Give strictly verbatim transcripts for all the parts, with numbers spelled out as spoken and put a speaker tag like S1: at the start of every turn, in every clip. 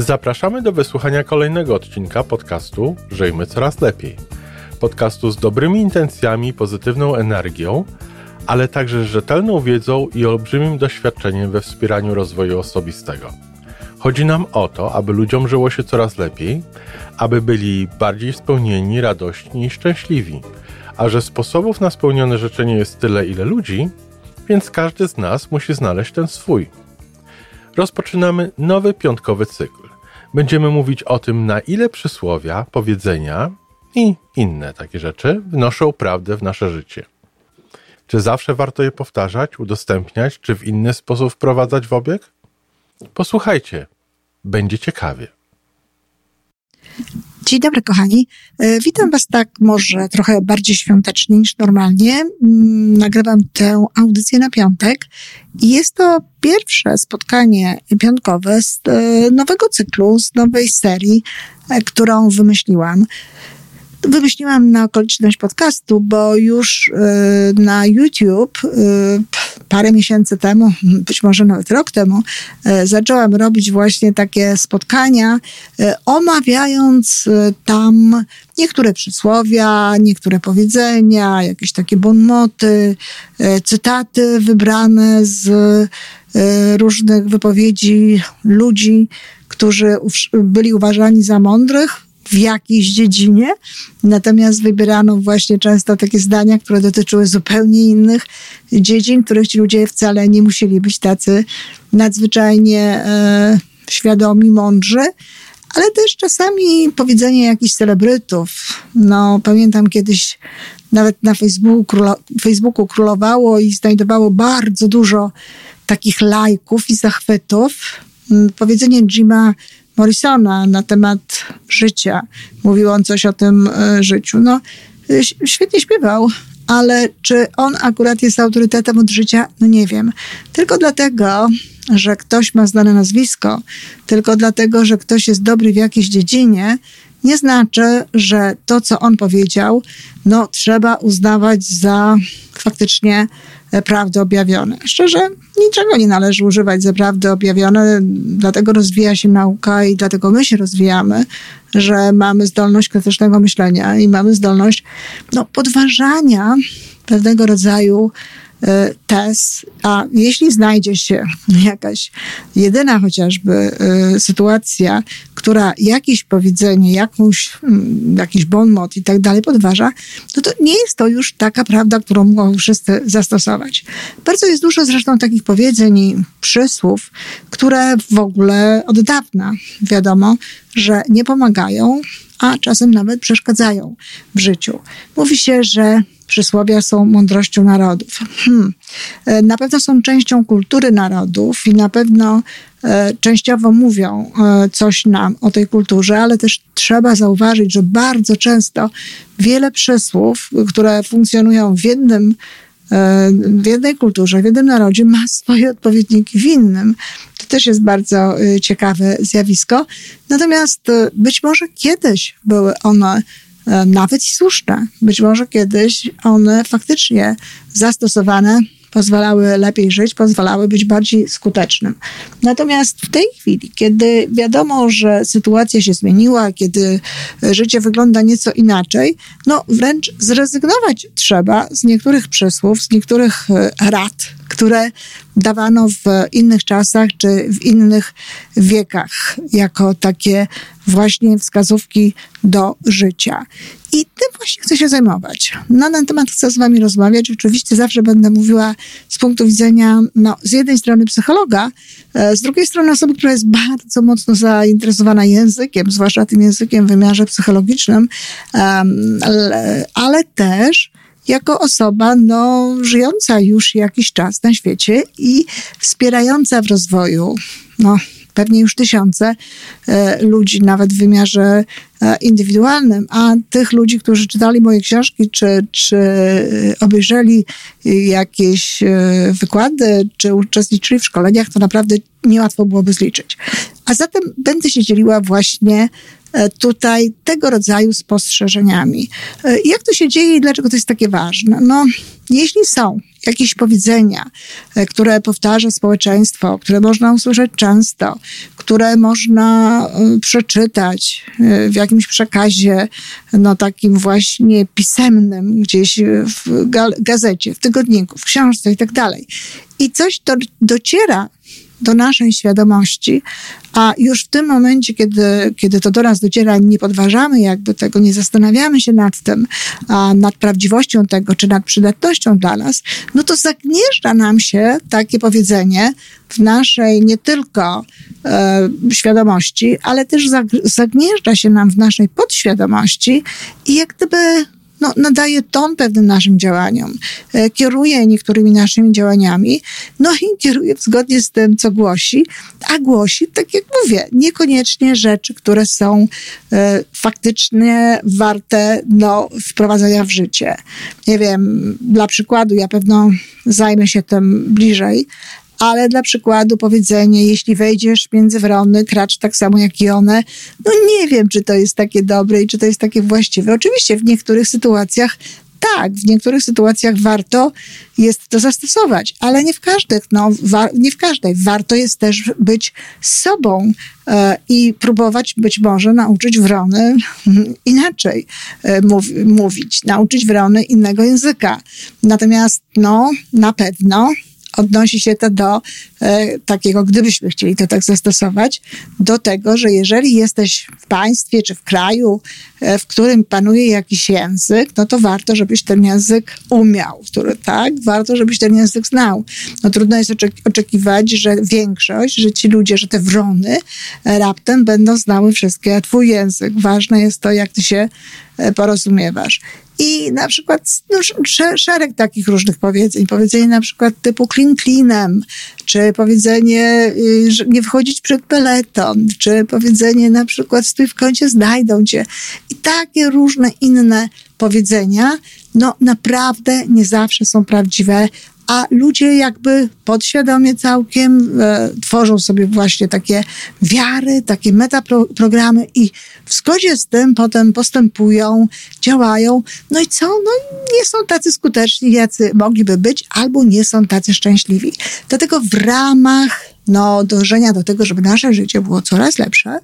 S1: Zapraszamy do wysłuchania kolejnego odcinka podcastu Żyjmy Coraz Lepiej. Podcastu z dobrymi intencjami, pozytywną energią, ale także z rzetelną wiedzą i olbrzymim doświadczeniem we wspieraniu rozwoju osobistego. Chodzi nam o to, aby ludziom żyło się coraz lepiej, aby byli bardziej spełnieni, radośni i szczęśliwi. A że sposobów na spełnione życzenie jest tyle, ile ludzi, więc każdy z nas musi znaleźć ten swój. Rozpoczynamy nowy piątkowy cykl. Będziemy mówić o tym, na ile przysłowia, powiedzenia i inne takie rzeczy wnoszą prawdę w nasze życie. Czy zawsze warto je powtarzać, udostępniać, czy w inny sposób wprowadzać w obieg? Posłuchajcie, będzie ciekawie.
S2: Dzień dobry, kochani. Witam Was tak może trochę bardziej świątecznie niż normalnie. Nagrywam tę audycję na piątek i jest to pierwsze spotkanie piątkowe z nowego cyklu, z nowej serii, którą wymyśliłam. Wymyśliłam na okoliczność podcastu, bo już y, na YouTube y, parę miesięcy temu, być może nawet rok temu, y, zaczęłam robić właśnie takie spotkania, y, omawiając y, tam niektóre przysłowia, niektóre powiedzenia, jakieś takie bonmoty, y, cytaty wybrane z y, różnych wypowiedzi ludzi, którzy byli uważani za mądrych w jakiejś dziedzinie, natomiast wybierano właśnie często takie zdania, które dotyczyły zupełnie innych dziedzin, których ci ludzie wcale nie musieli być tacy nadzwyczajnie e, świadomi, mądrzy, ale też czasami powiedzenie jakichś celebrytów. No, pamiętam kiedyś nawet na Facebooku, królo, Facebooku królowało i znajdowało bardzo dużo takich lajków i zachwytów. Powiedzenie Jima Morrisona na temat życia. Mówił on coś o tym y, życiu. No, y, świetnie śpiewał, ale czy on akurat jest autorytetem od życia? No nie wiem. Tylko dlatego, że ktoś ma znane nazwisko, tylko dlatego, że ktoś jest dobry w jakiejś dziedzinie, nie znaczy, że to, co on powiedział, no trzeba uznawać za faktycznie prawdy objawione. Szczerze, niczego nie należy używać za prawdy objawione, dlatego rozwija się nauka i dlatego my się rozwijamy, że mamy zdolność krytycznego myślenia i mamy zdolność no, podważania pewnego rodzaju tez, a jeśli znajdzie się jakaś jedyna chociażby y, sytuacja, która jakieś powiedzenie, jakąś, y, jakiś bonmot i tak dalej podważa, no to nie jest to już taka prawda, którą mogą wszyscy zastosować. Bardzo jest dużo zresztą takich powiedzeń i przysłów, które w ogóle od dawna wiadomo, że nie pomagają, a czasem nawet przeszkadzają w życiu. Mówi się, że przysłowia są mądrością narodów. Hmm. Na pewno są częścią kultury narodów i na pewno e, częściowo mówią e, coś nam o tej kulturze, ale też trzeba zauważyć, że bardzo często wiele przysłów, które funkcjonują w jednym w jednej kulturze, w jednym narodzie ma swoje odpowiedniki w innym. To też jest bardzo ciekawe zjawisko. Natomiast być może kiedyś były one nawet i słuszne. Być może kiedyś one faktycznie zastosowane pozwalały lepiej żyć, pozwalały być bardziej skutecznym. Natomiast w tej chwili, kiedy wiadomo, że sytuacja się zmieniła, kiedy życie wygląda nieco inaczej, no wręcz zrezygnować trzeba z niektórych przysłów, z niektórych rad, które dawano w innych czasach czy w innych wiekach jako takie właśnie wskazówki do życia. I tym właśnie chcę się zajmować. Na ten temat chcę z wami rozmawiać. Oczywiście zawsze będę mówiła z punktu widzenia no, z jednej strony psychologa, z drugiej strony osoby, która jest bardzo mocno zainteresowana językiem, zwłaszcza tym językiem w wymiarze psychologicznym, ale, ale też jako osoba no, żyjąca już jakiś czas na świecie i wspierająca w rozwoju no, pewnie już tysiące e, ludzi, nawet w wymiarze e, indywidualnym, a tych ludzi, którzy czytali moje książki, czy, czy obejrzeli jakieś e, wykłady, czy uczestniczyli w szkoleniach, to naprawdę niełatwo byłoby zliczyć. A zatem będę się dzieliła właśnie tutaj tego rodzaju spostrzeżeniami. Jak to się dzieje i dlaczego to jest takie ważne? No, jeśli są jakieś powiedzenia, które powtarza społeczeństwo, które można usłyszeć często, które można przeczytać w jakimś przekazie, no takim właśnie pisemnym, gdzieś w gazecie, w tygodniku, w książce i tak dalej. I coś do, dociera do naszej świadomości, a już w tym momencie, kiedy, kiedy to do nas dociera, nie podważamy jakby tego, nie zastanawiamy się nad tym, a nad prawdziwością tego, czy nad przydatnością dla nas, no to zagnieżdża nam się takie powiedzenie w naszej nie tylko e, świadomości, ale też zagnieżdża się nam w naszej podświadomości i jak gdyby no, nadaje ton pewnym naszym działaniom, e, kieruje niektórymi naszymi działaniami, no i kieruje zgodnie z tym, co głosi, a głosi, tak jak mówię, niekoniecznie rzeczy, które są e, faktycznie warte no, wprowadzenia w życie. Nie wiem, dla przykładu, ja pewno zajmę się tym bliżej, ale dla przykładu powiedzenie, jeśli wejdziesz między wrony, kracz tak samo jak i one, no nie wiem, czy to jest takie dobre i czy to jest takie właściwe. Oczywiście w niektórych sytuacjach tak, w niektórych sytuacjach warto jest to zastosować, ale nie w każdych, no wa- nie w każdej. Warto jest też być sobą e, i próbować być może nauczyć wrony inaczej e, mów, mówić, nauczyć wrony innego języka. Natomiast no na pewno odnosi się to do e, takiego, gdybyśmy chcieli to tak zastosować, do tego, że jeżeli jesteś w państwie czy w kraju, e, w którym panuje jakiś język, no to warto, żebyś ten język umiał, który, tak? Warto, żebyś ten język znał. No trudno jest oczek- oczekiwać, że większość, że ci ludzie, że te wrony e, raptem będą znały wszystkie twój język. Ważne jest to, jak ty się e, porozumiewasz. I na przykład no, szereg takich różnych powiedzeń. Powiedzenie na przykład typu klin klinem, czy powiedzenie, że nie wchodzić przed peleton, czy powiedzenie na przykład stój w kącie, znajdą cię. I takie różne inne powiedzenia, no naprawdę nie zawsze są prawdziwe, a ludzie jakby podświadomie całkiem e, tworzą sobie właśnie takie wiary, takie metaprogramy i w zgodzie z tym potem postępują, działają. No i co? No nie są tacy skuteczni, jacy mogliby być, albo nie są tacy szczęśliwi. Dlatego w ramach no, dążenia do tego, żeby nasze życie było coraz lepsze,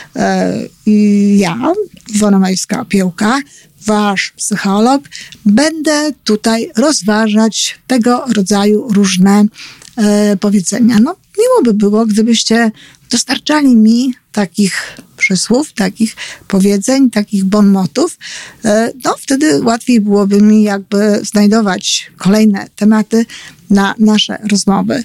S2: e, i ja, Iwona Majewska-Opiełka, wasz psycholog, będę tutaj rozważać tego rodzaju różne e, powiedzenia. No, miło by było, gdybyście dostarczali mi takich przysłów, takich powiedzeń, takich bon motów. E, no, wtedy łatwiej byłoby mi jakby znajdować kolejne tematy na nasze rozmowy.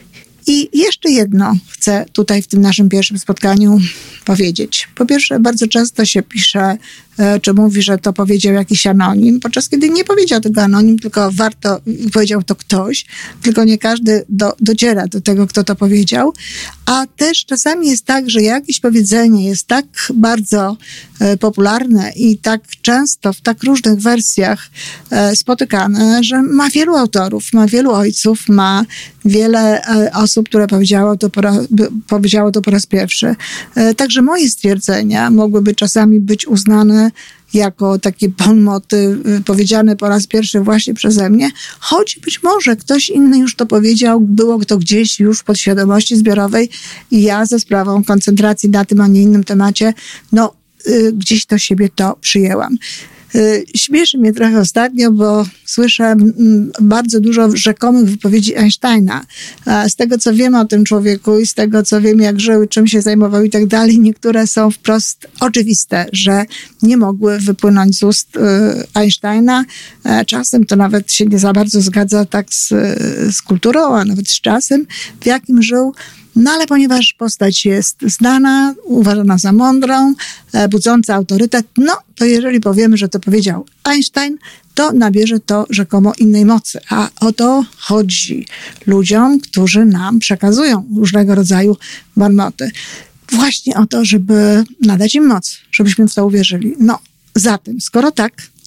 S2: I jeszcze jedno chcę tutaj w tym naszym pierwszym spotkaniu powiedzieć. Po pierwsze, bardzo często się pisze, czy mówi, że to powiedział jakiś anonim, podczas kiedy nie powiedział tego anonim, tylko warto, powiedział to ktoś, tylko nie każdy do, dociera do tego, kto to powiedział. A też czasami jest tak, że jakieś powiedzenie jest tak bardzo e, popularne i tak często w tak różnych wersjach e, spotykane, że ma wielu autorów, ma wielu ojców, ma wiele e, osób, które powiedziało to, po, powiedziało to po raz pierwszy. E, także moje stwierdzenia mogłyby czasami być uznane jako takie bon moty powiedziane po raz pierwszy właśnie przeze mnie, choć być może ktoś inny już to powiedział, było to gdzieś już w podświadomości zbiorowej i ja ze sprawą koncentracji na tym, a nie innym temacie, no y, gdzieś do siebie to przyjęłam. Śmieszy mnie trochę ostatnio, bo słyszę bardzo dużo rzekomych wypowiedzi Einsteina. Z tego, co wiem o tym człowieku i z tego, co wiem, jak żył, czym się zajmował i tak dalej, niektóre są wprost oczywiste, że nie mogły wypłynąć z ust Einsteina. Czasem to nawet się nie za bardzo zgadza tak z, z kulturą, a nawet z czasem, w jakim żył. No ale ponieważ postać jest znana, uważana za mądrą, budząca autorytet, no to jeżeli powiemy, że to powiedział Einstein, to nabierze to rzekomo innej mocy. A o to chodzi ludziom, którzy nam przekazują różnego rodzaju bon moty. Właśnie o to, żeby nadać im moc, żebyśmy w to uwierzyli. No zatem, skoro tak,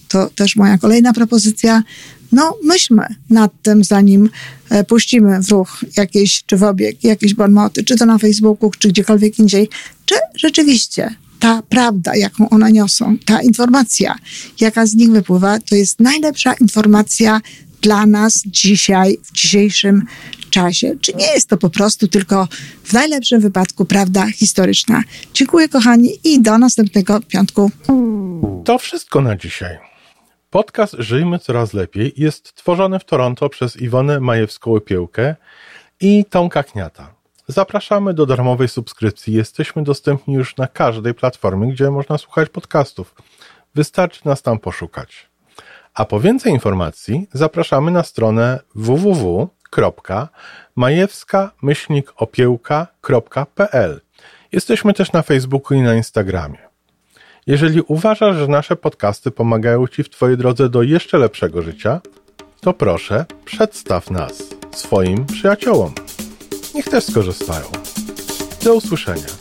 S2: to też moja kolejna propozycja. No, myślmy nad tym, zanim puścimy w ruch jakieś, czy w obieg jakieś bonmoty, czy to na Facebooku, czy gdziekolwiek indziej, czy rzeczywiście ta prawda, jaką one niosą, ta informacja, jaka z nich wypływa, to jest najlepsza informacja dla nas dzisiaj, w dzisiejszym czasie. Czy nie jest to po prostu tylko w najlepszym wypadku prawda historyczna? Dziękuję, kochani, i do następnego piątku.
S1: To wszystko na dzisiaj. Podcast Żyjmy Coraz Lepiej jest tworzony w Toronto przez Iwonę Majewską-Opiełkę i Tomka Kniata. Zapraszamy do darmowej subskrypcji. Jesteśmy dostępni już na każdej platformie, gdzie można słuchać podcastów. Wystarczy nas tam poszukać. A po więcej informacji zapraszamy na stronę w w w kropka majewska myślnik opiełka kropka p l. Jesteśmy też na Facebooku i na Instagramie. Jeżeli uważasz, że nasze podcasty pomagają Ci w Twojej drodze do jeszcze lepszego życia, to proszę, przedstaw nas swoim przyjaciołom. Niech też skorzystają. Do usłyszenia.